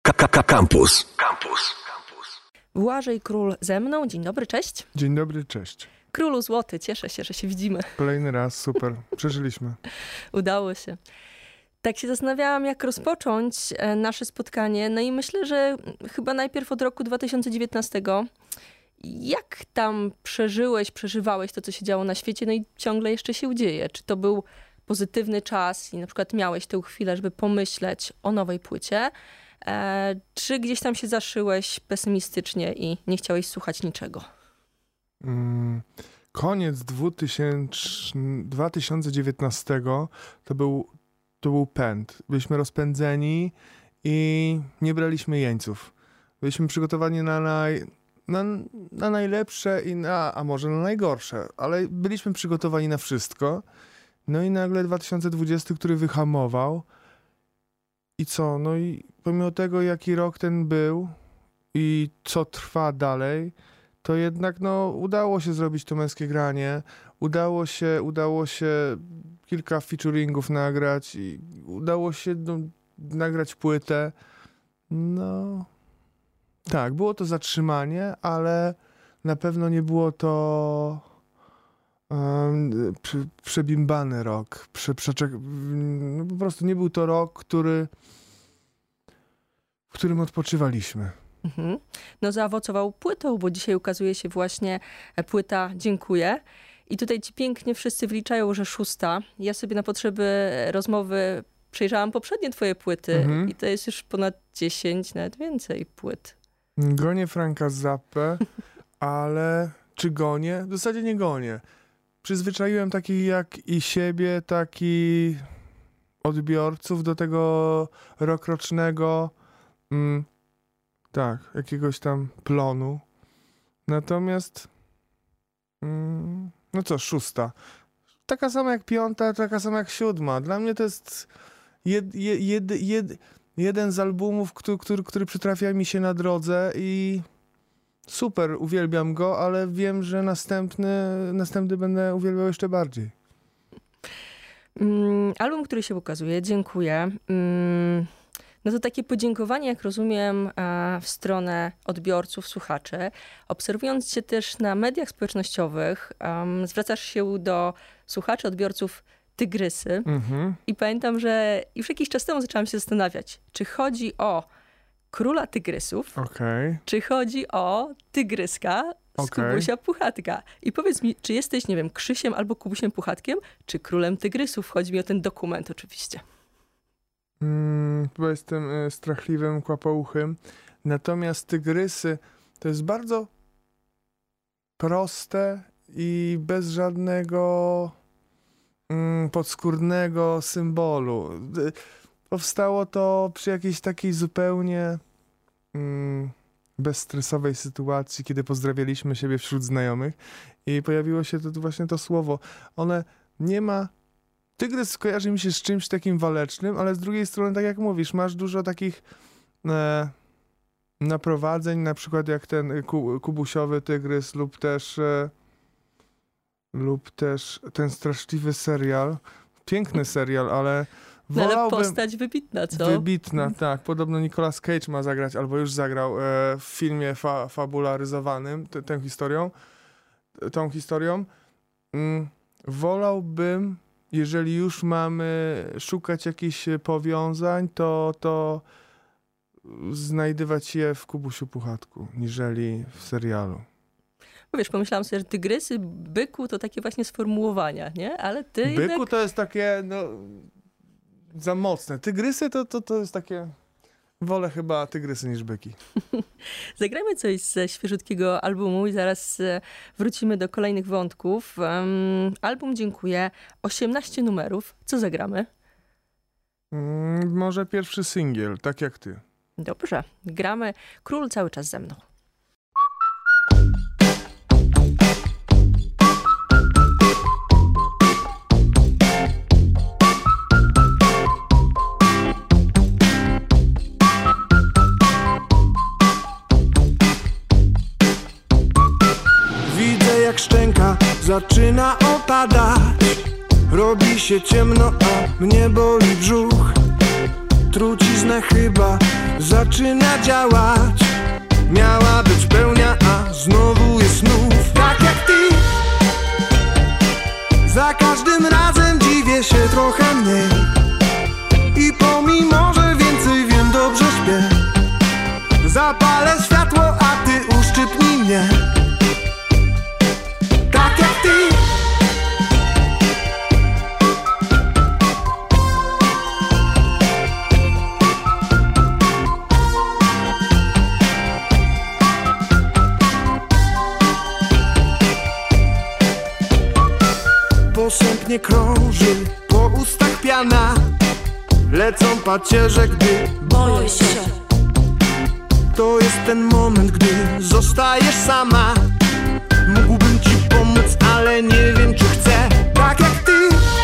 Campus. Błażej Król ze mną. Dzień dobry, cześć. Dzień dobry, cześć. Królu Złoty, cieszę się, że się widzimy. Kolejny raz, super. Przeżyliśmy. Udało się. Tak się zastanawiałam, jak rozpocząć nasze spotkanie. No i myślę, że chyba najpierw od roku 2019. Jak tam przeżywałeś to, co się działo na świecie, no i ciągle jeszcze się dzieje? Czy to był pozytywny czas i na przykład miałeś tę chwilę, żeby pomyśleć o nowej płycie? Czy gdzieś tam się zaszyłeś pesymistycznie i nie chciałeś słuchać niczego? Koniec 2019 to był pęd. Byliśmy rozpędzeni i nie braliśmy jeńców. Byliśmy przygotowani na najlepsze a może na najgorsze, ale byliśmy przygotowani na wszystko. No i nagle 2020, który wyhamował. I co? No i pomimo tego, jaki rok ten był i co trwa dalej, to jednak udało się zrobić to męskie granie. Udało się kilka featuringów nagrać i udało się nagrać płytę. No tak, było to zatrzymanie, ale na pewno nie było to przebimbany rok. Po prostu nie był to rok, w którym odpoczywaliśmy. Mhm. No zaowocował płytą, bo dzisiaj ukazuje się właśnie płyta Dziękuję. I tutaj ci pięknie wszyscy wliczają, że 6. Ja sobie na potrzeby rozmowy przejrzałam poprzednie twoje płyty i to jest już ponad 10, nawet więcej płyt. Gonię Franka Zappę, ale czy gonię? W zasadzie nie gonię. Przyzwyczaiłem takich jak i siebie, tak i odbiorców do tego rokrocznego jakiegoś tam plonu. Natomiast 6. Taka sama jak 5, taka sama jak 7. Dla mnie to jest jeden z albumów, który przytrafia mi się na drodze i super, uwielbiam go, ale wiem, że następny będę uwielbiał jeszcze bardziej. Album, który się ukazuje, Dziękuję. No to takie podziękowanie, jak rozumiem, w stronę odbiorców, słuchaczy. Obserwując cię też na mediach społecznościowych, zwracasz się do słuchaczy, odbiorców Tygrysy. I pamiętam, że już jakiś czas temu zaczęłam się zastanawiać, czy chodzi o króla tygrysów, czy chodzi o tygryska z Kubusia Puchatka. I powiedz mi, czy jesteś, nie wiem, Krzysiem albo Kubusiem Puchatkiem, czy królem tygrysów? Chodzi mi o ten dokument oczywiście. Bo jestem strachliwym kłapouchym. Natomiast tygrysy to jest bardzo proste i bez żadnego podskórnego symbolu. Powstało to przy jakiejś takiej zupełnie bezstresowej sytuacji, kiedy pozdrawialiśmy siebie wśród znajomych i pojawiło się właśnie to słowo. One nie ma... Tygrys kojarzy mi się z czymś takim walecznym, ale z drugiej strony, tak jak mówisz, masz dużo takich naprowadzeń, na przykład jak ten kubusiowy tygrys lub też ten straszliwy serial. Piękny serial, ale wolałbym... Ale postać wybitna, co? Wybitna, tak. Podobno Nicolas Cage ma zagrać, albo już zagrał w filmie fabularyzowanym tą historią. Wolałbym, jeżeli już mamy szukać jakichś powiązań, to znajdywać je w Kubusiu Puchatku, niżeli w serialu. Bo wiesz, pomyślałam sobie, że tygrysy, byku to takie właśnie sformułowania, nie? Ale ty byku jednak... to jest takie, za mocne. Tygrysy to jest takie... Wolę chyba tygrysy niż byki. Zagrajmy coś ze świeżutkiego albumu i zaraz wrócimy do kolejnych wątków. Album Dziękuję, 18 numerów. Co zagramy? Może pierwszy singiel, tak jak ty. Dobrze, gramy Król cały czas ze mną. szczęka zaczyna opadać. Robi się ciemno, a mnie boli brzuch. Truciznę chyba zaczyna działać. Miała być pełnia, a znowu jest znów tak jak ty. Za każdym razem dziwię się trochę mniej. I pomimo, że więcej wiem, dobrze śpię. Zapalę światło, a ty uszczypnij mnie. Tak jak ty. Posępnie krąży po ustach piana. Lecą pacierze, gdy boję się. To jest ten moment, gdy zostajesz sama. Mógłbym ci pomóc, ale nie wiem, czy chcę. Tak jak ty.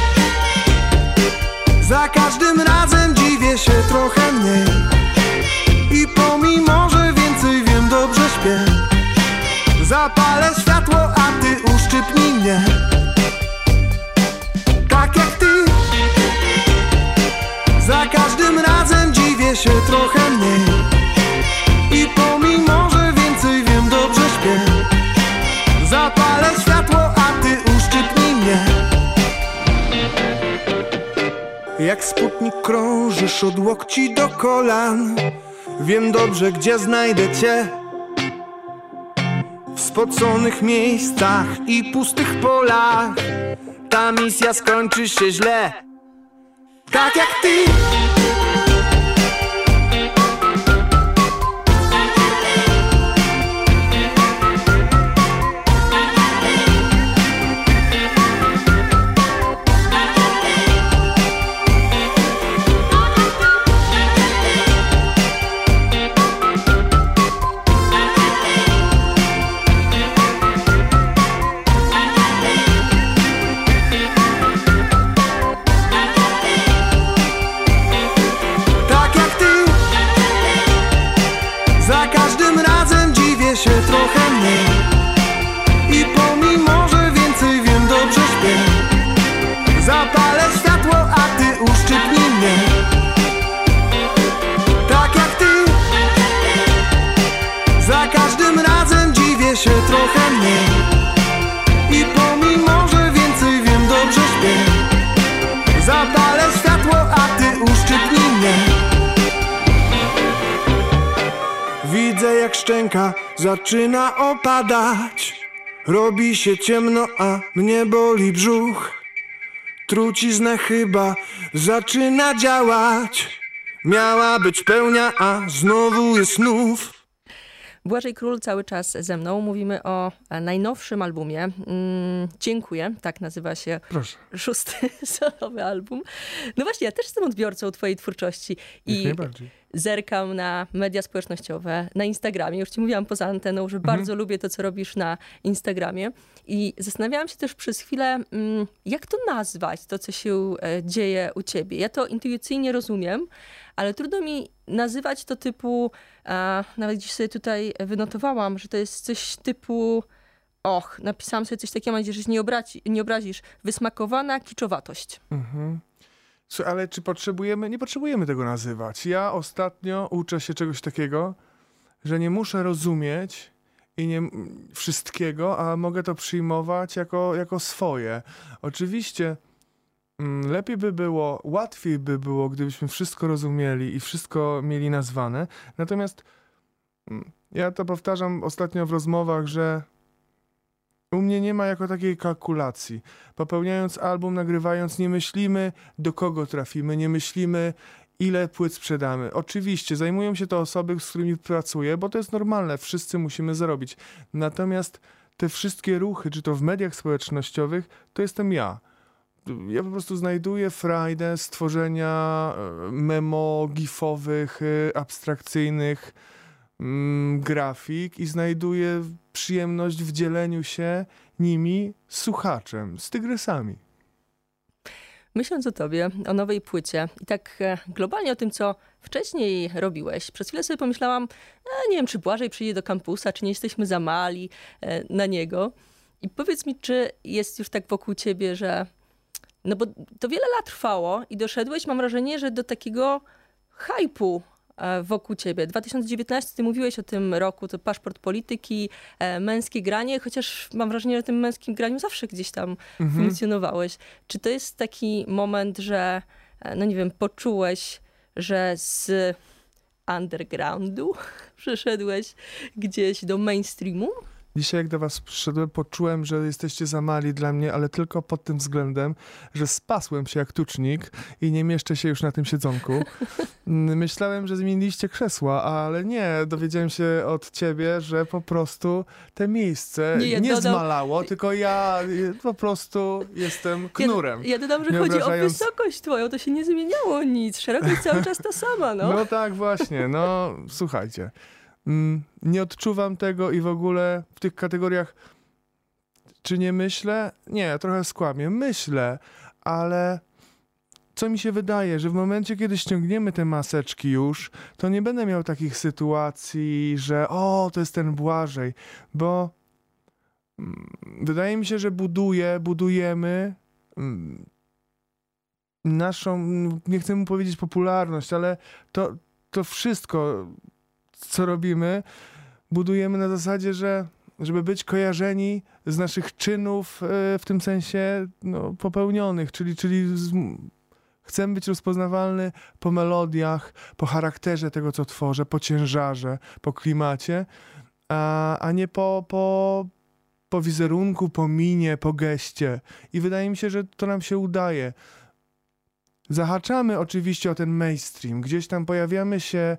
Za każdym razem dziwię się trochę mniej. I pomimo, że więcej wiem, dobrze śpię. Zapalę światło, a ty uszczypnij mnie. Tak jak ty. Za każdym razem dziwię się trochę mniej. I pomimo, że więcej wiem, dobrze śpię. Zapalę światło, a ty uszczypnij mnie. Jak sputnik krążysz od łokci do kolan. Wiem dobrze, gdzie znajdę cię. W spoconych miejscach i pustych polach. Ta misja skończy się źle. Tak jak ty. Się trochę mniej. I pomimo, że więcej wiem, dobrze śpię. Zapalę światło, a ty uszczypnij mnie. Tak jak ty. Za każdym razem dziwię się trochę mniej. I pomimo, że więcej wiem, dobrze śpię. Zapalę światło, a ty uszczypnij mnie. Widzę, jak szczęka zaczyna opadać. Robi się ciemno, a mnie boli brzuch. Truciznę chyba zaczyna działać. Miała być pełnia, a znowu jest znów. Błażej Król cały czas ze mną. Mówimy o najnowszym albumie. Dziękuję, tak nazywa się. Proszę. 6. solowy album. No właśnie, ja też jestem odbiorcą twojej twórczości. Jak najbardziej. Zerkam na media społecznościowe, na Instagramie. Już ci mówiłam poza anteną, że bardzo lubię to, co robisz na Instagramie. I zastanawiałam się też przez chwilę, jak to nazwać, to, co się dzieje u ciebie. Ja to intuicyjnie rozumiem, ale trudno mi nazywać to typu, nawet dziś sobie tutaj wynotowałam, że to jest coś typu, napisałam sobie coś takiego, mam nadzieję, że się nie obrazisz, wysmakowana kiczowatość. Słuchaj, ale czy potrzebujemy? Nie potrzebujemy tego nazywać. Ja ostatnio uczę się czegoś takiego, że nie muszę rozumieć i nie wszystkiego, a mogę to przyjmować jako swoje. Oczywiście lepiej by było, łatwiej by było, gdybyśmy wszystko rozumieli i wszystko mieli nazwane. Natomiast ja to powtarzam ostatnio w rozmowach, że u mnie nie ma jako takiej kalkulacji. Popełniając album, nagrywając, nie myślimy, do kogo trafimy, nie myślimy, ile płyt sprzedamy. Oczywiście zajmują się to osoby, z którymi pracuję, bo to jest normalne, wszyscy musimy zarobić. Natomiast te wszystkie ruchy, czy to w mediach społecznościowych, to jestem ja. Ja po prostu znajduję frajdę z tworzenia memo gifowych, abstrakcyjnych grafik i znajduję przyjemność w dzieleniu się nimi z słuchaczem, z tygrysami. Myśląc o tobie, o nowej płycie i tak globalnie o tym, co wcześniej robiłeś, przez chwilę sobie pomyślałam, nie wiem, czy Błażej przyjdzie do kampusa, czy nie jesteśmy za mali na niego. I powiedz mi, czy jest już tak wokół ciebie, że... No bo to wiele lat trwało i doszedłeś, mam wrażenie, że do takiego hype'u wokół ciebie. 2019, ty mówiłeś o tym roku, to paszport polityki, męskie granie, chociaż mam wrażenie, że w tym męskim graniu zawsze gdzieś tam funkcjonowałeś. Czy to jest taki moment, że, no nie wiem, poczułeś, że z undergroundu przeszedłeś gdzieś do mainstreamu? Dzisiaj jak do was przyszedłem, poczułem, że jesteście za mali dla mnie, ale tylko pod tym względem, że spasłem się jak tucznik i nie mieszczę się już na tym siedzonku. Myślałem, że zmieniliście krzesła, ale nie. Dowiedziałem się od ciebie, że po prostu te miejsce nie zmalało, tylko ja po prostu jestem knurem. Ja dodam, że chodzi o wysokość twoją, to się nie zmieniało nic. Szerokość cały czas ta sama, no. No tak właśnie, no słuchajcie. Nie odczuwam tego i w ogóle w tych kategoriach, czy nie myślę? Nie, trochę skłamię. Myślę, ale co mi się wydaje, że w momencie, kiedy ściągniemy te maseczki już, to nie będę miał takich sytuacji, że to jest ten Błażej, bo wydaje mi się, że budujemy naszą, nie chcę mu powiedzieć popularność, ale to wszystko, co robimy, budujemy na zasadzie, żeby być kojarzeni z naszych czynów w tym sensie popełnionych, czyli chcemy być rozpoznawalny po melodiach, po charakterze tego, co tworzę, po ciężarze, po klimacie, a nie po wizerunku, po minie, po geście. I wydaje mi się, że to nam się udaje. Zahaczamy oczywiście o ten mainstream. Gdzieś tam pojawiamy się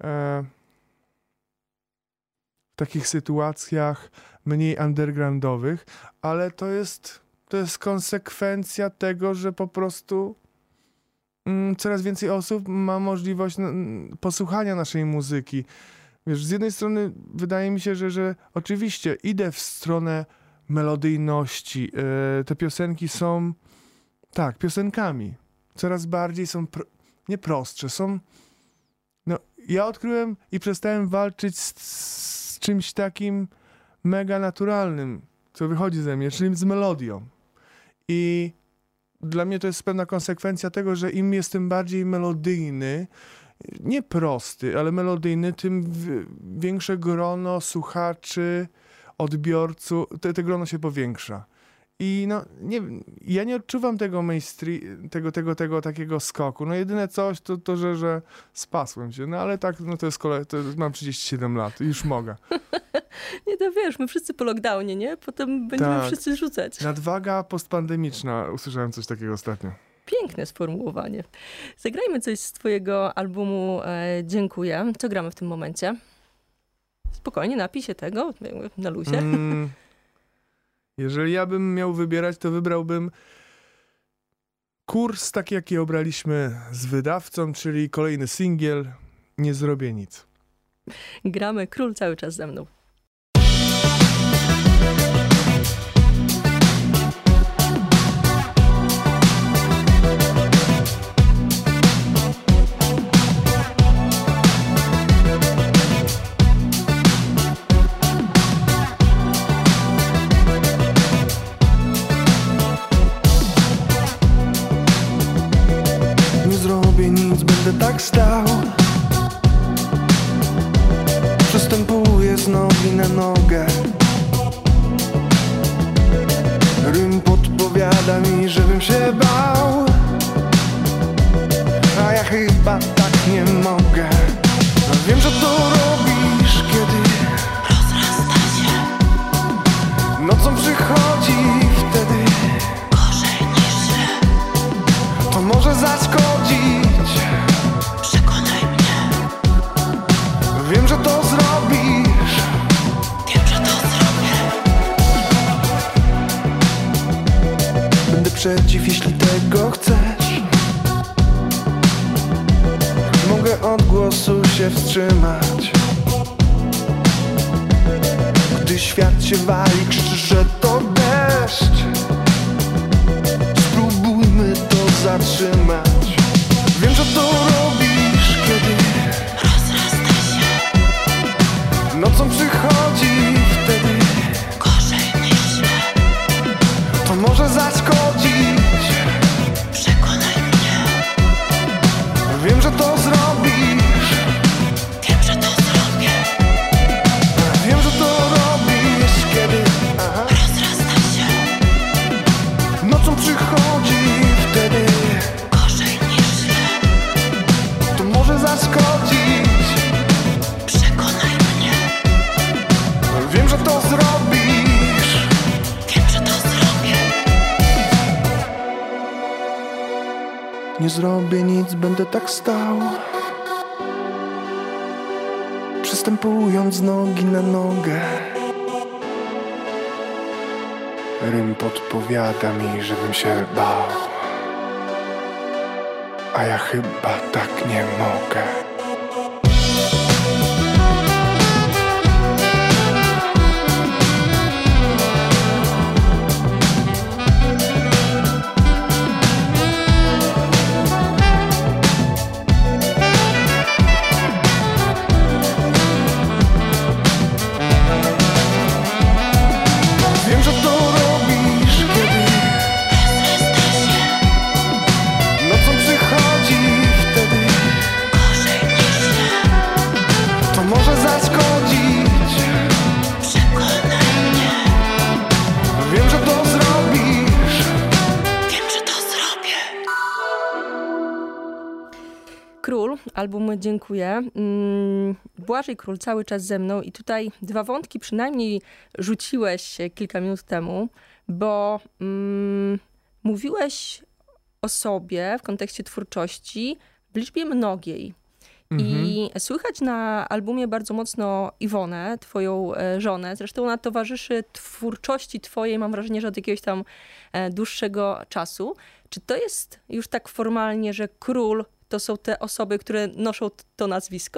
w takich sytuacjach mniej undergroundowych, ale to jest konsekwencja tego, że po prostu coraz więcej osób ma możliwość posłuchania naszej muzyki. Wiesz, z jednej strony wydaje mi się, że oczywiście idę w stronę melodyjności. Te piosenki są, tak, piosenkami. Coraz bardziej są nie prostsze, są... Ja odkryłem i przestałem walczyć z czymś takim mega naturalnym, co wychodzi ze mnie, czyli z melodią. I dla mnie to jest pewna konsekwencja tego, że im jestem bardziej melodyjny, nie prosty, ale melodyjny, tym większe grono słuchaczy, odbiorców, te grono się powiększa. I ja nie odczuwam tego mainstream, tego takiego skoku. Jedyne coś to że spasłem się. Ale tak, to jest mam 37 lat i już mogę. Nie, to wiesz, my wszyscy po lockdownie, nie? Potem będziemy wszyscy rzucać. Nadwaga postpandemiczna. Usłyszałem coś takiego ostatnio. Piękne sformułowanie. Zagrajmy coś z twojego albumu Dziękuję. Co gramy w tym momencie? Spokojnie, napij się tego, na luzie. Jeżeli ja bym miał wybierać, to wybrałbym kurs taki, jaki obraliśmy z wydawcą, czyli kolejny singiel Nie zrobię nic. Gramy Król cały czas ze mną. Będę tak stał, przystępuję z nogi na nogę. Rym podpowiada mi, żebym się bał, a ja chyba tak nie mogę. Wiem, że to robisz, kiedy rozrasta się. Nocą przychodzi wtedy gorzej niż źle. To może zaszkodzić. Przekonaj mnie. Wiem, że to zrobisz. Wiem, że to zrobię. Będę przeciw, jeśli tego chcesz. Mogę od głosu się wstrzymać. Gdy świat się wali, krzyczy, że to deszcz. Spróbujmy to zatrzymać. Wiem, że to robisz, kiedy rozrasta się. Nocą przychodzi wtedy gorzej niż źle. To może zaszkodzić. Przekonaj mnie. Wiem, że to zrobisz. zrobię nic, będę tak stał, przestępując nogi na nogę. Rym podpowiada mi, żebym się bał, a ja chyba tak nie mogę. Król, album Dziękuję. Błażej Król cały czas ze mną i tutaj dwa wątki przynajmniej rzuciłeś kilka minut temu, bo mówiłeś o sobie w kontekście twórczości w liczbie mnogiej. I słychać na albumie bardzo mocno Iwonę, twoją żonę. Zresztą ona towarzyszy twórczości twojej, mam wrażenie, że od jakiegoś tam dłuższego czasu. Czy to jest już tak formalnie, że Król to są te osoby, które noszą to nazwisko?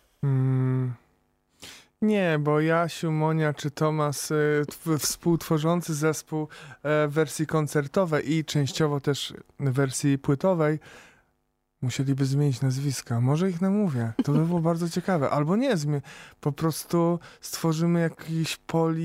Nie, bo Jasiu, Monia czy Tomas, współtworzący zespół w wersji koncertowej i częściowo też w wersji płytowej, musieliby zmienić nazwiska. Może ich namówię. To by było bardzo ciekawe. Albo nie, po prostu stworzymy jakiś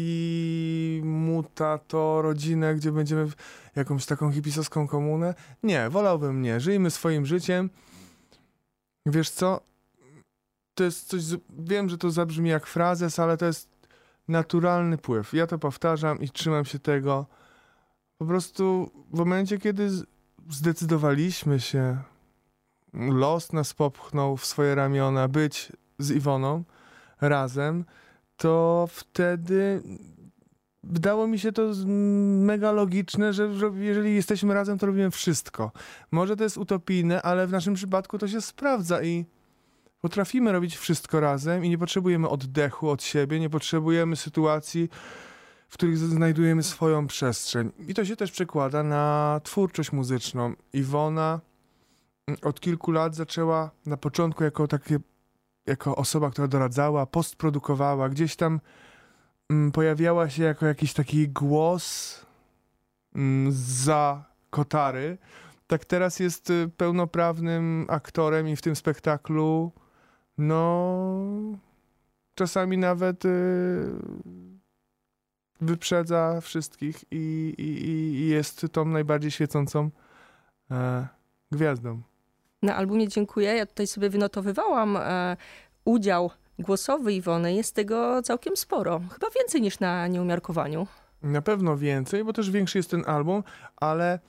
polimutato rodzinę, gdzie będziemy jakąś taką hipisowską komunę. Nie, wolałbym nie. Żyjmy swoim życiem. Wiesz co? To jest coś, wiem, że to zabrzmi jak frazes, ale to jest naturalny pływ. Ja to powtarzam i trzymam się tego. Po prostu w momencie, kiedy zdecydowaliśmy się, los nas popchnął w swoje ramiona, być z Iwoną razem, to wtedy wydało mi się to mega logiczne, że jeżeli jesteśmy razem, to robimy wszystko. Może to jest utopijne, ale w naszym przypadku to się sprawdza i potrafimy robić wszystko razem i nie potrzebujemy oddechu od siebie, nie potrzebujemy sytuacji, w których znajdujemy swoją przestrzeń. I to się też przekłada na twórczość muzyczną. Iwona od kilku lat zaczęła na początku jako osoba, która doradzała, postprodukowała, gdzieś tam pojawiała się jako jakiś taki głos za kotary. Tak teraz jest pełnoprawnym aktorem i w tym spektaklu czasami nawet wyprzedza wszystkich i jest tą najbardziej świecącą gwiazdą. Na albumie Dziękuję. Ja tutaj sobie wynotowywałam udział głosowy Iwony. Jest tego całkiem sporo. Chyba więcej niż na Nieumiarkowaniu. Na pewno więcej, bo też większy jest ten album, ale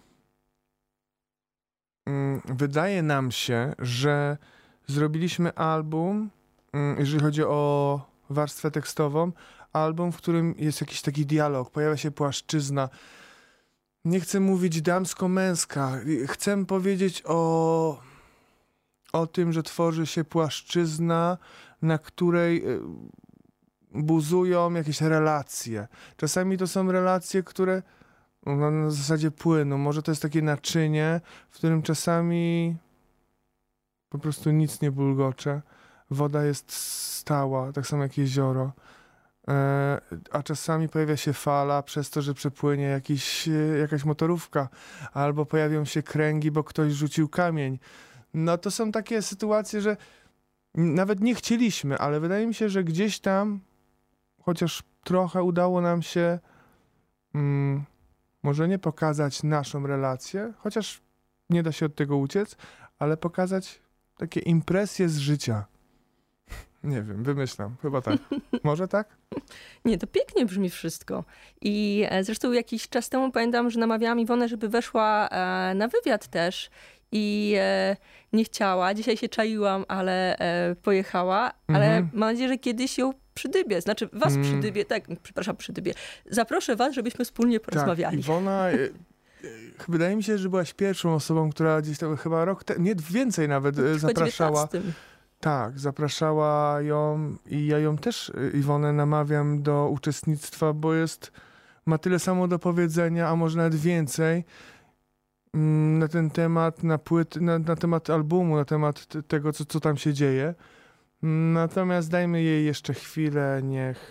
wydaje nam się, że zrobiliśmy album, jeżeli chodzi o warstwę tekstową, album, w którym jest jakiś taki dialog, pojawia się płaszczyzna. Nie chcę mówić damsko-męska. Chcę powiedzieć o tym, że tworzy się płaszczyzna, na której buzują jakieś relacje. Czasami to są relacje, które na zasadzie płynu. Może to jest takie naczynie, w którym czasami po prostu nic nie bulgocze. Woda jest stała, tak samo jak jezioro. A czasami pojawia się fala przez to, że przepłynie jakaś motorówka, albo pojawią się kręgi, bo ktoś rzucił kamień. To są takie sytuacje, że nawet nie chcieliśmy, ale wydaje mi się, że gdzieś tam, chociaż trochę udało nam się może nie pokazać naszą relację, chociaż nie da się od tego uciec, ale pokazać takie impresje z życia. Nie wiem, wymyślam. Chyba tak. Może tak? Nie, to pięknie brzmi wszystko. I zresztą jakiś czas temu pamiętam, że namawiałam Iwonę, żeby weszła na wywiad też i nie chciała. Dzisiaj się czaiłam, ale pojechała. Ale mam nadzieję, że kiedyś ją przydybie. Znaczy was przydybie. Tak, przepraszam, przydybie. Zaproszę was, żebyśmy wspólnie porozmawiali. Tak, Iwona Wydaje mi się, że byłaś pierwszą osobą, która gdzieś tam chyba nie więcej nawet, zapraszała. 19. Tak, zapraszała ją i ja ją też, Iwonę, namawiam do uczestnictwa, bo ma tyle samo do powiedzenia, a może nawet więcej na ten temat, na temat albumu, na temat tego, co tam się dzieje. Natomiast dajmy jej jeszcze chwilę,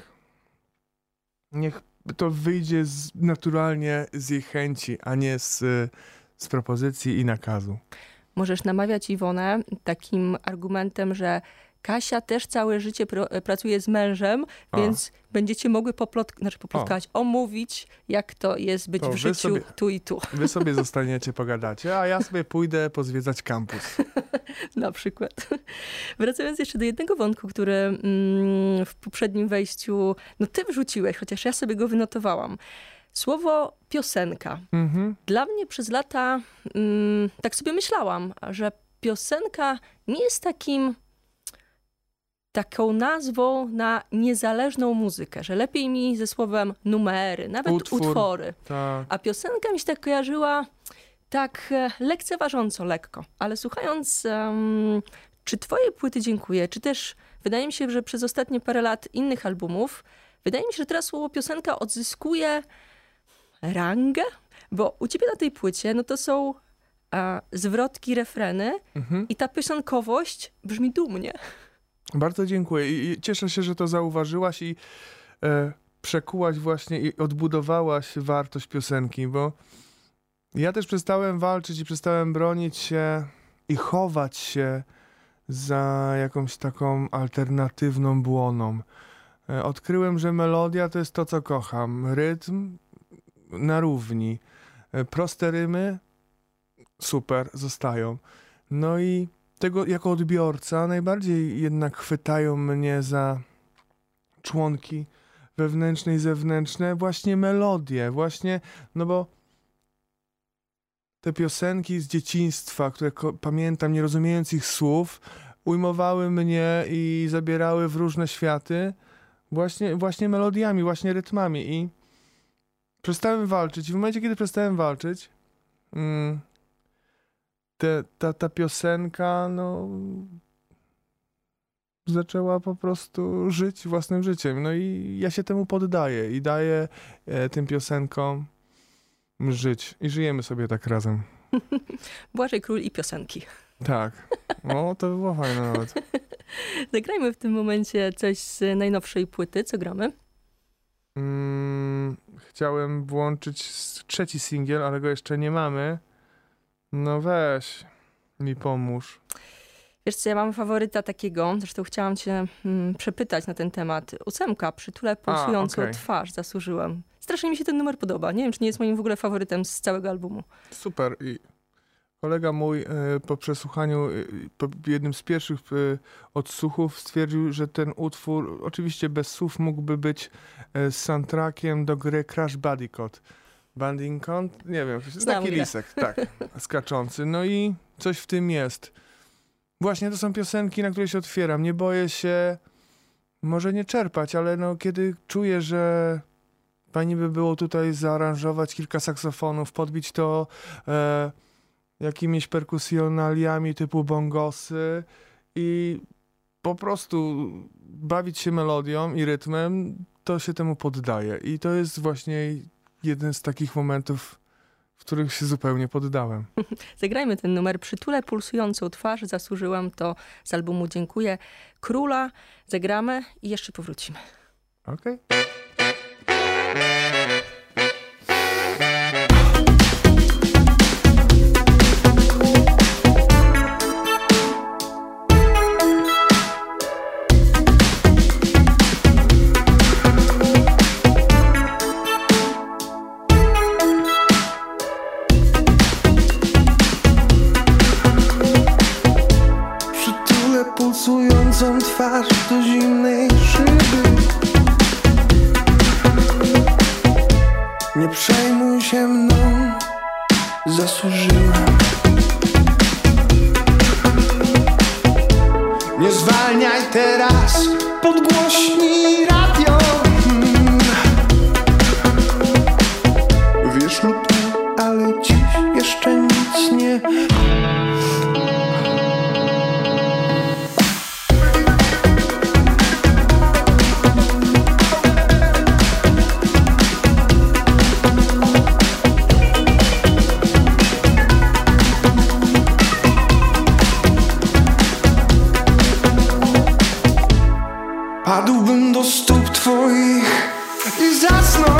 niech to wyjdzie naturalnie z jej chęci, a nie z propozycji i nakazu. Możesz namawiać Iwonę takim argumentem, że Kasia też całe życie pracuje z mężem, więc będziecie mogły omówić, jak to jest być w życiu tu i tu. Wy sobie zostaniecie, pogadacie, a ja sobie pójdę pozwiedzać kampus. Na przykład. Wracając jeszcze do jednego wątku, który w poprzednim wejściu ty wrzuciłeś, chociaż ja sobie go wynotowałam. Słowo piosenka. Dla mnie przez lata tak sobie myślałam, że piosenka nie jest taką nazwą na niezależną muzykę, że lepiej mi ze słowem numery, nawet utwory. Tak. A piosenka mi się tak kojarzyła tak lekceważąco, lekko. Ale słuchając, czy twoje płyty Dziękuję, czy też wydaje mi się, że przez ostatnie parę lat innych albumów, wydaje mi się, że teraz słowo piosenka odzyskuje rangę, bo u ciebie na tej płycie to są zwrotki, refreny i ta piosenkowość brzmi dumnie. Bardzo dziękuję i cieszę się, że to zauważyłaś i przekułaś właśnie i odbudowałaś wartość piosenki, bo ja też przestałem walczyć i przestałem bronić się i chować się za jakąś taką alternatywną błoną. Odkryłem, że melodia to jest to, co kocham. Rytm na równi. Proste rymy super, zostają. No i tego jako odbiorca najbardziej jednak chwytają mnie za członki wewnętrzne i zewnętrzne właśnie melodie, właśnie, bo te piosenki z dzieciństwa, które pamiętam, nie rozumiejąc ich słów, ujmowały mnie i zabierały w różne światy właśnie melodiami, właśnie rytmami i przestałem walczyć. I w momencie, kiedy przestałem walczyć, ta piosenka zaczęła po prostu żyć własnym życiem. No i ja się temu poddaję i daję tym piosenkom żyć. I żyjemy sobie tak razem. Błażej Król i piosenki. Tak. To by było fajne nawet. Zagrajmy w tym momencie coś z najnowszej płyty. Co gramy? Chciałem włączyć trzeci singiel, ale go jeszcze nie mamy. No weź, mi pomóż. Wiesz co, ja mam faworyta takiego, zresztą chciałam cię przepytać na ten temat. 8, Przytulę pulsującą twarz, zasłużyłam. Strasznie mi się ten numer podoba. Nie wiem, czy nie jest moim w ogóle faworytem z całego albumu. Super. I kolega mój po przesłuchaniu, po jednym z pierwszych odsłuchów stwierdził, że ten utwór, oczywiście bez słów, mógłby być soundtrackiem do gry Crash Bandicoot. Bandicoot? Nie wiem, taki lisek, tak, skaczący. No i coś w tym jest. Właśnie to są piosenki, na które się otwieram. Nie boję się, może nie czerpać, ale kiedy czuję, że fajnie by było tutaj zaaranżować kilka saksofonów, podbić to jakimiś perkusjonaliami typu bongosy i po prostu bawić się melodią i rytmem, to się temu poddaję. I to jest właśnie jeden z takich momentów, w których się zupełnie poddałem. Zagrajmy ten numer Przytulę pulsującą twarz. Zasłużyłam to z albumu Dziękuję. Króla zagramy i jeszcze powrócimy. Okej. Pulsującą twarz do zimnej szyby. Nie przejmuj się mną, zasłużyłam. Nie zwalniaj teraz, podgłośnij radio. Wiesz lub nie, ale Padłbym do stóp twoich i zasnął.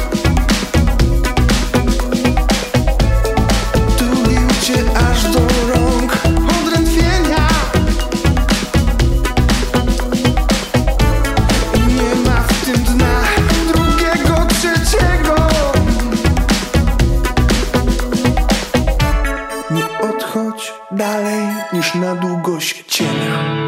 Tulił cię aż do rąk odrętwienia. Nie ma w tym dna drugiego, trzeciego. Nie odchodź dalej niż na długość cienia.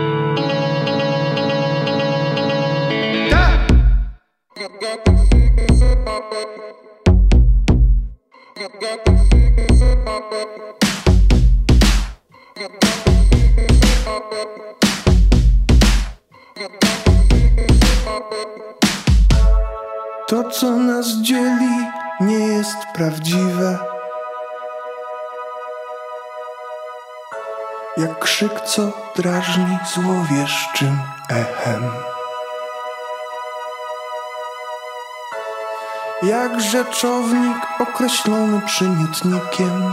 To, co nas dzieli, nie jest prawdziwe. Jak krzyk, co drażni złowieszczym echem. Jak rzeczownik określony przymiotnikiem.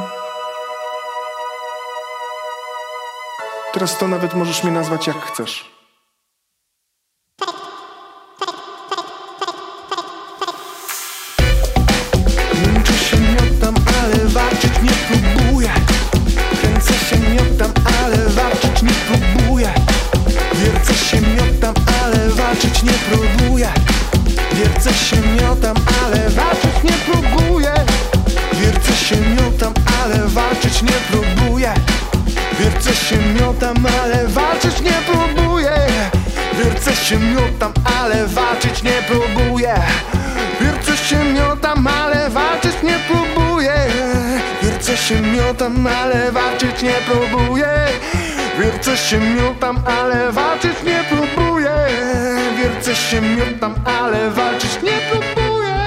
Teraz to nawet możesz mnie nazwać jak chcesz. Męczę się, miotam, ale walczyć nie próbuję. Kręcę się, miotam, ale walczyć nie próbuję. Wiercę się, miotam, ale walczyć nie próbuję. Wiercę się, miotam, ale walczyć nie próbuję. Wiercę się, miotam, ale walczyć nie próbuję. Wiercę się, miotam, ale walczyć nie próbuję. Wiercę się, miotam, ale walczyć nie próbuję. Wiercę się, miotam, ale walczyć nie próbuję. Wiercę się, miotam, ale walczyć nie próbuję. Wiercę się, miotam, ale walczyć nie próbuję. Wiercę się, miotam, ale walczyć nie próbuję.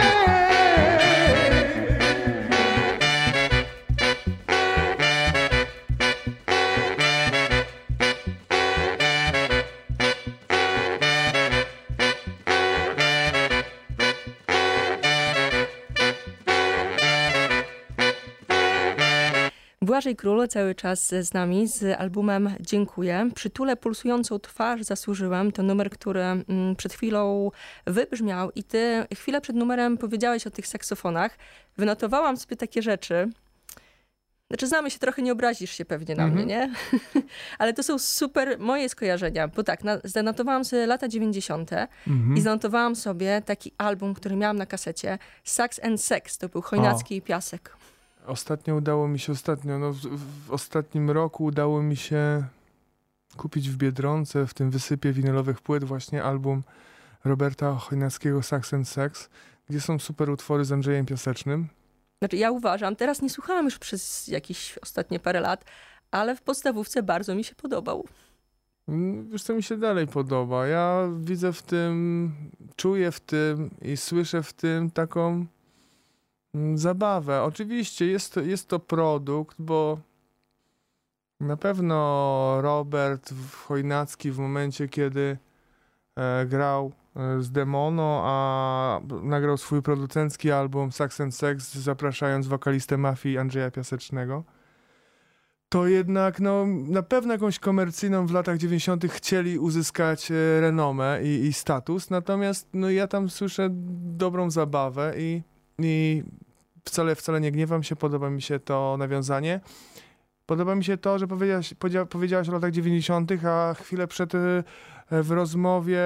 Błażej Król cały czas z nami, z albumem Dziękuję. Przytulę pulsującą twarz zasłużyłem. To numer, który przed chwilą wybrzmiał i ty chwilę przed numerem powiedziałeś o tych saksofonach. Wynotowałam sobie takie rzeczy. Znaczy znamy się trochę, nie obrazisz się pewnie na mnie, nie? Ale to są super moje skojarzenia, bo tak, zanotowałam sobie lata 90. I zanotowałam sobie taki album, który miałam na kasecie, Sax and Sex, to był Chojnacki i Piasek. Ostatnio udało mi się, w ostatnim roku udało mi się kupić w Biedronce, w tym wysypie winylowych płyt właśnie album Roberta Chojnackiego Sax and Sex, gdzie są super utwory z Andrzejem Piasecznym. Znaczy ja uważam, teraz nie słuchałam już przez jakieś ostatnie parę lat, ale w podstawówce bardzo mi się podobał. Wiesz co, mi się dalej podoba. Ja widzę w tym, czuję w tym i słyszę w tym taką zabawę. Oczywiście jest to produkt, bo na pewno Robert Chojnacki w momencie, kiedy grał z Demono, a nagrał swój producencki album Sax and Sex, zapraszając wokalistę Mafii Andrzeja Piasecznego, to jednak na pewno jakąś komercyjną w latach 90. chcieli uzyskać renomę i status, natomiast ja tam słyszę dobrą zabawę i wcale nie gniewam się, podoba mi się to nawiązanie. Podoba mi się to, że powiedziałaś o latach 90., a chwilę przed w rozmowie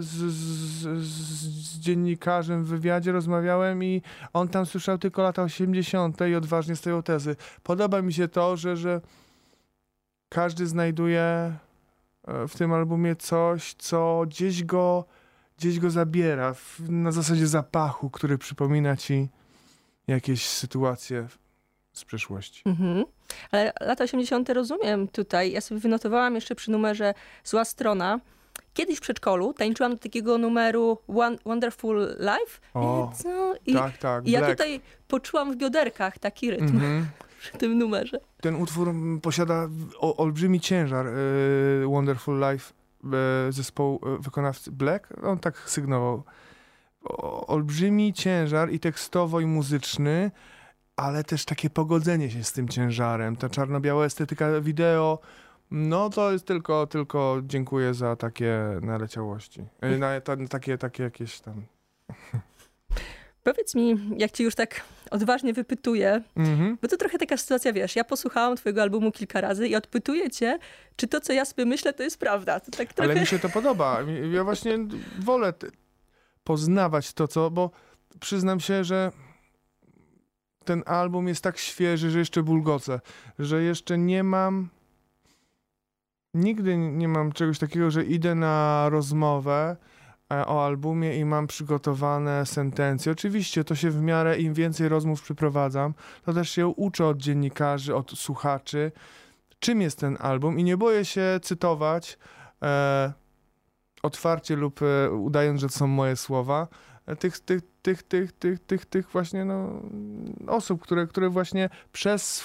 z dziennikarzem w wywiadzie rozmawiałem i on tam słyszał tylko lata 80. i odważnie stoją tezy. Podoba mi się to, że każdy znajduje w tym albumie coś, co gdzieś go zabiera, na zasadzie zapachu, który przypomina ci jakieś sytuacje z przeszłości. Ale lata 80. rozumiem tutaj. Ja sobie wynotowałam jeszcze przy numerze Zła Strona. Kiedyś w przedszkolu tańczyłam do takiego numeru Wonderful Life. Tak. I ja tutaj poczułam w bioderkach taki rytm przy tym numerze. Ten utwór posiada olbrzymi ciężar. Wonderful Life zespołu wykonawcy Black. On tak sygnował. Olbrzymi ciężar i tekstowo, i muzyczny, ale też takie pogodzenie się z tym ciężarem. Ta czarno-biała estetyka wideo No to jest tylko dziękuję za takie naleciałości. Takie jakieś tam... Powiedz mi, jak ci już tak odważnie wypytuję, bo to trochę taka sytuacja, wiesz, ja posłuchałam twojego albumu kilka razy i odpytuję cię, czy to, co ja sobie myślę, to jest prawda. To tak trochę... Ale mi się to podoba. Ja właśnie wolę poznawać to, bo przyznam się, że ten album jest tak świeży, że jeszcze bulgocę, że jeszcze nigdy nie mam czegoś takiego, że idę na rozmowę o albumie i mam przygotowane sentencje. Oczywiście to się w miarę, im więcej rozmów przeprowadzam, to też się uczę od dziennikarzy, od słuchaczy, czym jest ten album i nie boję się cytować otwarcie lub udając, że to są moje słowa, tych właśnie osób, które właśnie przez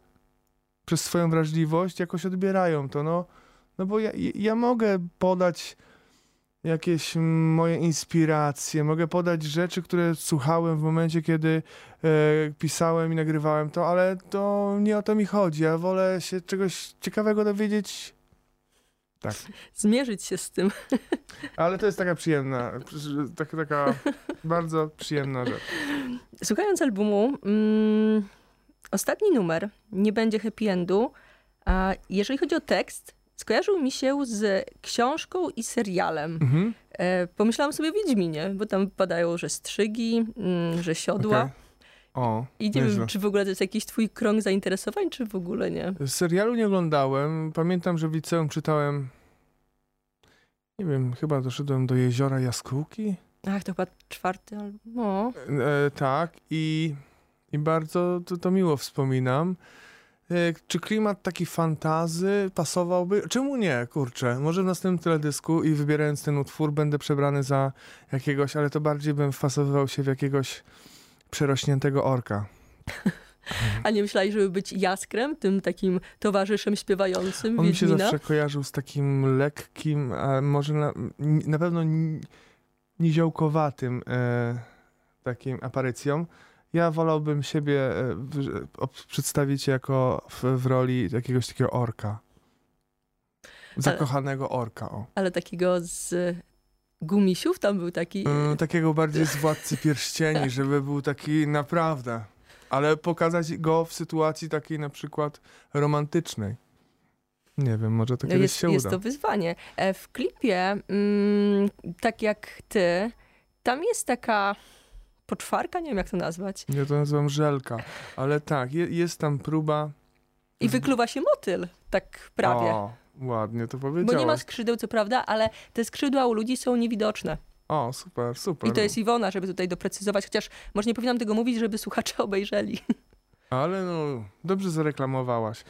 swoją wrażliwość jakoś odbierają to, no bo ja mogę podać jakieś moje inspiracje, mogę podać rzeczy, które słuchałem w momencie, kiedy pisałem i nagrywałem to, ale to nie o to mi chodzi. Ja wolę się czegoś ciekawego dowiedzieć. Tak. Zmierzyć się z tym. Ale to jest taka przyjemna, taka bardzo przyjemna rzecz. Słuchając albumu, ostatni numer, Nie będzie happy endu, a jeżeli chodzi o tekst, skojarzył mi się z książką i serialem. Pomyślałam sobie o Wiedźminie, bo tam padają, że strzygi, że siodła. Okay. O, I nie wiem, czy w ogóle to jest jakiś twój krąg zainteresowań, czy w ogóle nie? Serialu nie oglądałem. Pamiętam, że w liceum czytałem, nie wiem, chyba doszedłem do Jeziora Jaskółki. Ach, to chyba 4 albo... Tak, i bardzo to miło wspominam. Czy klimat taki fantazy pasowałby? Czemu nie, kurczę? Może w następnym teledysku i wybierając ten utwór będę przebrany za jakiegoś, ale to bardziej bym wpasowywał się w jakiegoś przerośniętego orka. A nie myślałeś, żeby być Jaskrem, tym takim towarzyszem śpiewającym On Wiedźmina? mi się zawsze kojarzył z takim lekkim, a może na pewno niziołkowatym takim aparycją. Ja wolałbym siebie przedstawić jako w roli jakiegoś takiego orka. Zakochanego orka. O. Ale takiego z Gumisiów? Tam był taki... Takiego bardziej z Władcy Pierścieni, żeby był taki naprawdę. Ale pokazać go w sytuacji takiej na przykład romantycznej. Nie wiem, może to kiedyś się uda. Jest to wyzwanie. W klipie, tak jak ty, tam jest taka... poczwarka? Nie wiem, jak to nazwać. Ja to nazywam żelka. Ale tak, jest tam próba... I wykluwa się motyl, tak prawie. O, ładnie to powiedziałaś. Bo nie ma skrzydeł, co prawda, ale te skrzydła u ludzi są niewidoczne. O, super. I to jest Iwona, żeby tutaj doprecyzować, chociaż może nie powinnam tego mówić, żeby słuchacze obejrzeli. Ale dobrze zareklamowałaś.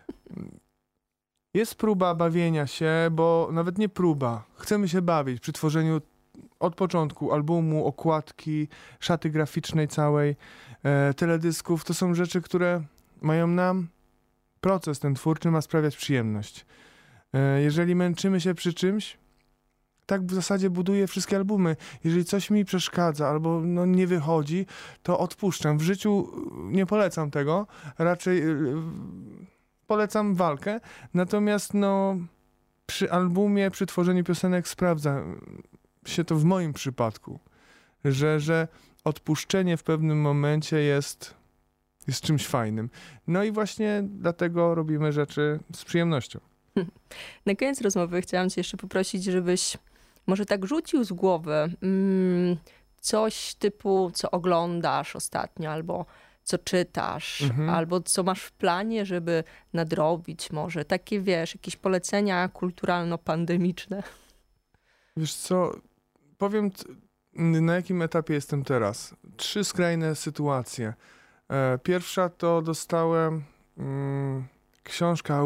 Jest próba bawienia się, bo nawet nie próba. Chcemy się bawić przy tworzeniu od początku albumu, okładki, szaty graficznej całej, teledysków. To są rzeczy, które mają nam, proces ten twórczy ma sprawiać przyjemność. Jeżeli męczymy się przy czymś, tak w zasadzie buduję wszystkie albumy. Jeżeli coś mi przeszkadza albo nie wychodzi, to odpuszczam. W życiu nie polecam tego, raczej polecam walkę. Natomiast przy albumie, przy tworzeniu piosenek sprawdza się to w moim przypadku, że odpuszczenie w pewnym momencie jest czymś fajnym. No i właśnie dlatego robimy rzeczy z przyjemnością. Na koniec rozmowy chciałam cię jeszcze poprosić, żebyś może tak rzucił z głowy coś typu, co oglądasz ostatnio, albo co czytasz, albo co masz w planie, żeby nadrobić może. Takie, wiesz, jakieś polecenia kulturalno-pandemiczne. Wiesz co, powiem, na jakim etapie jestem teraz. 3 skrajne sytuacje. Pierwsza to dostałem książkę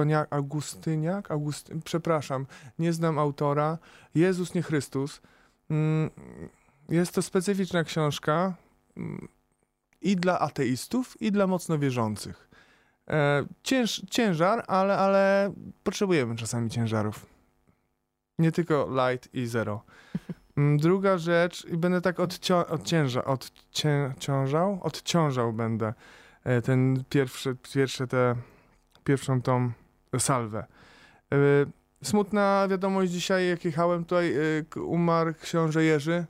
przepraszam, nie znam autora, Jezus nie Chrystus. Jest to specyficzna książka i dla ateistów, i dla mocno wierzących. Ciężar, ale potrzebujemy czasami ciężarów. Nie tylko light i zero. Druga rzecz, i będę tak odciążał będę ten pierwszą tą salwę. Smutna wiadomość dzisiaj, jak jechałem tutaj, umarł książę Jerzy.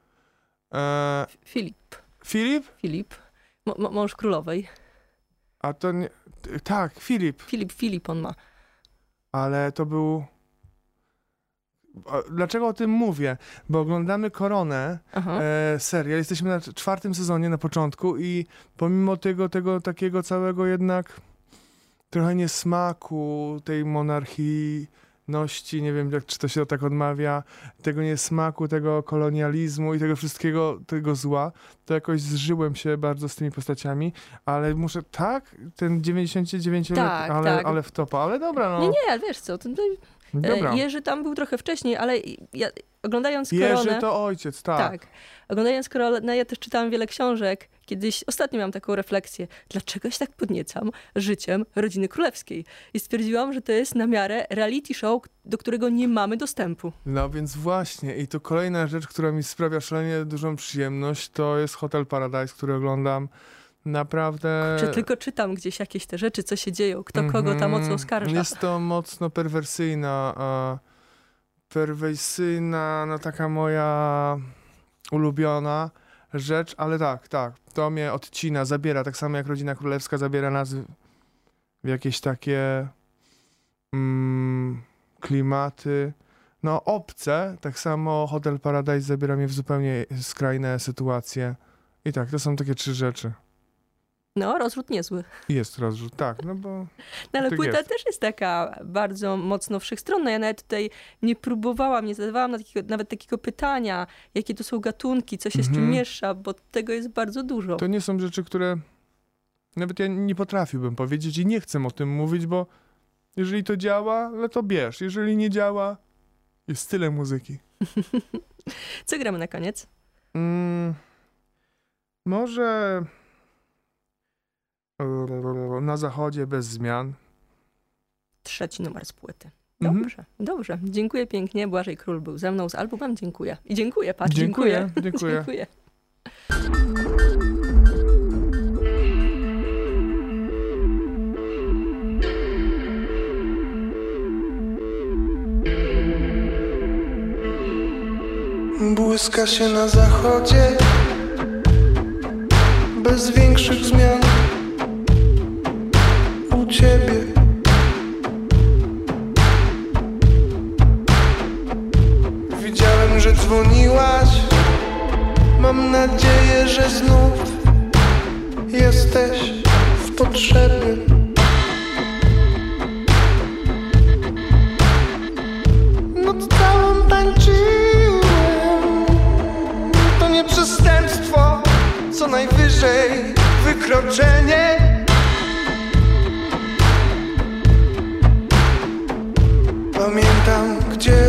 Filip. Filip? Filip. Mąż królowej. A to nie... Tak, Filip. Filip on ma. Ale to był... Dlaczego o tym mówię? Bo oglądamy Koronę, serial. Jesteśmy na 4. sezonie, na początku i pomimo tego takiego całego jednak trochę niesmaku tej monarchijności, nie wiem, czy to się tak odmawia, tego niesmaku, tego kolonializmu i tego wszystkiego, tego zła, to jakoś zżyłem się bardzo z tymi postaciami, ale muszę, ten 99 tak, lat, tak. ale w topa, ale dobra, no. Nie, wiesz co, Dobra. Jerzy tam był trochę wcześniej, ale ja oglądając Koronę... Jerzy to ojciec, tak. Tak. Oglądając Koronę, ja też czytałam wiele książek. Kiedyś, ostatnio miałam taką refleksję, dlaczego się tak podniecam życiem rodziny królewskiej. I stwierdziłam, że to jest na miarę reality show, do którego nie mamy dostępu. No więc właśnie. I to kolejna rzecz, która mi sprawia szalenie dużą przyjemność, to jest Hotel Paradise, który oglądam. Naprawdę... Czy tylko czytam gdzieś jakieś te rzeczy, co się dzieją, kto kogo tam o co oskarża. Jest to mocno perwersyjna, no taka moja ulubiona rzecz, ale tak, to mnie odcina, zabiera, tak samo jak Rodzina Królewska zabiera nas w jakieś takie klimaty, no obce, tak samo Hotel Paradise zabiera mnie w zupełnie skrajne sytuacje. I tak, to są takie 3 rzeczy. No, rozrzut niezły. Jest rozrzut, tak, no bo... No ale tak płyta jest. też jest taka bardzo mocno wszechstronna. Ja nawet tutaj nie próbowałam, nie zadawałam nawet takiego pytania, jakie to są gatunki, co się z czym miesza, bo tego jest bardzo dużo. To nie są rzeczy, które nawet ja nie potrafiłbym powiedzieć i nie chcę o tym mówić, bo jeżeli to działa, no to bierz. Jeżeli nie działa, jest tyle muzyki. Co gramy na koniec? Może Na zachodzie bez zmian. 3. numer z płyty. Dobrze. Dziękuję pięknie. Błażej Król był ze mną z albumem. Dziękuję. I dziękuję, patrz. Dziękuję. Dziękuję. Błyska się na zachodzie bez większych zmian. U ciebie widziałem, że dzwoniłaś. Mam nadzieję, że znów jesteś w potrzebie. Nad całą tańczyłem. To nie przestępstwo, co najwyżej wykroczenie. Pamiętam gdzie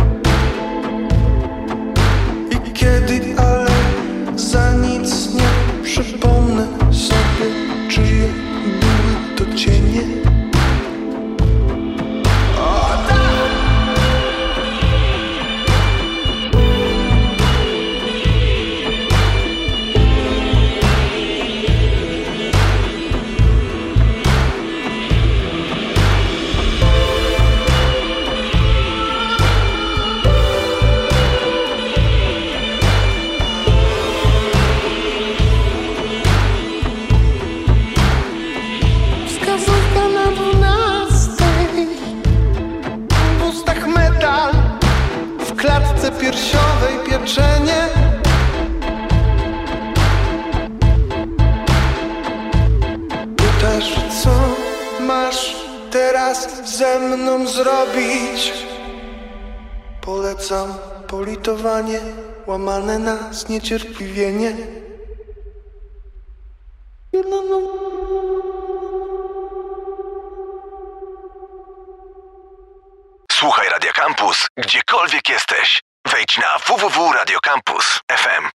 i kiedy, ale za nic nie przypomnę sobie, czyje były to cienie. Wskazówka na 12. W ustach metal, w klatce piersiowej pieczenie. Pytasz, co masz teraz ze mną zrobić? Polecam politowanie, łamane na zniecierpliwienie. Słuchaj Radia Campus, gdziekolwiek jesteś. Wejdź na www.radiocampus.fm.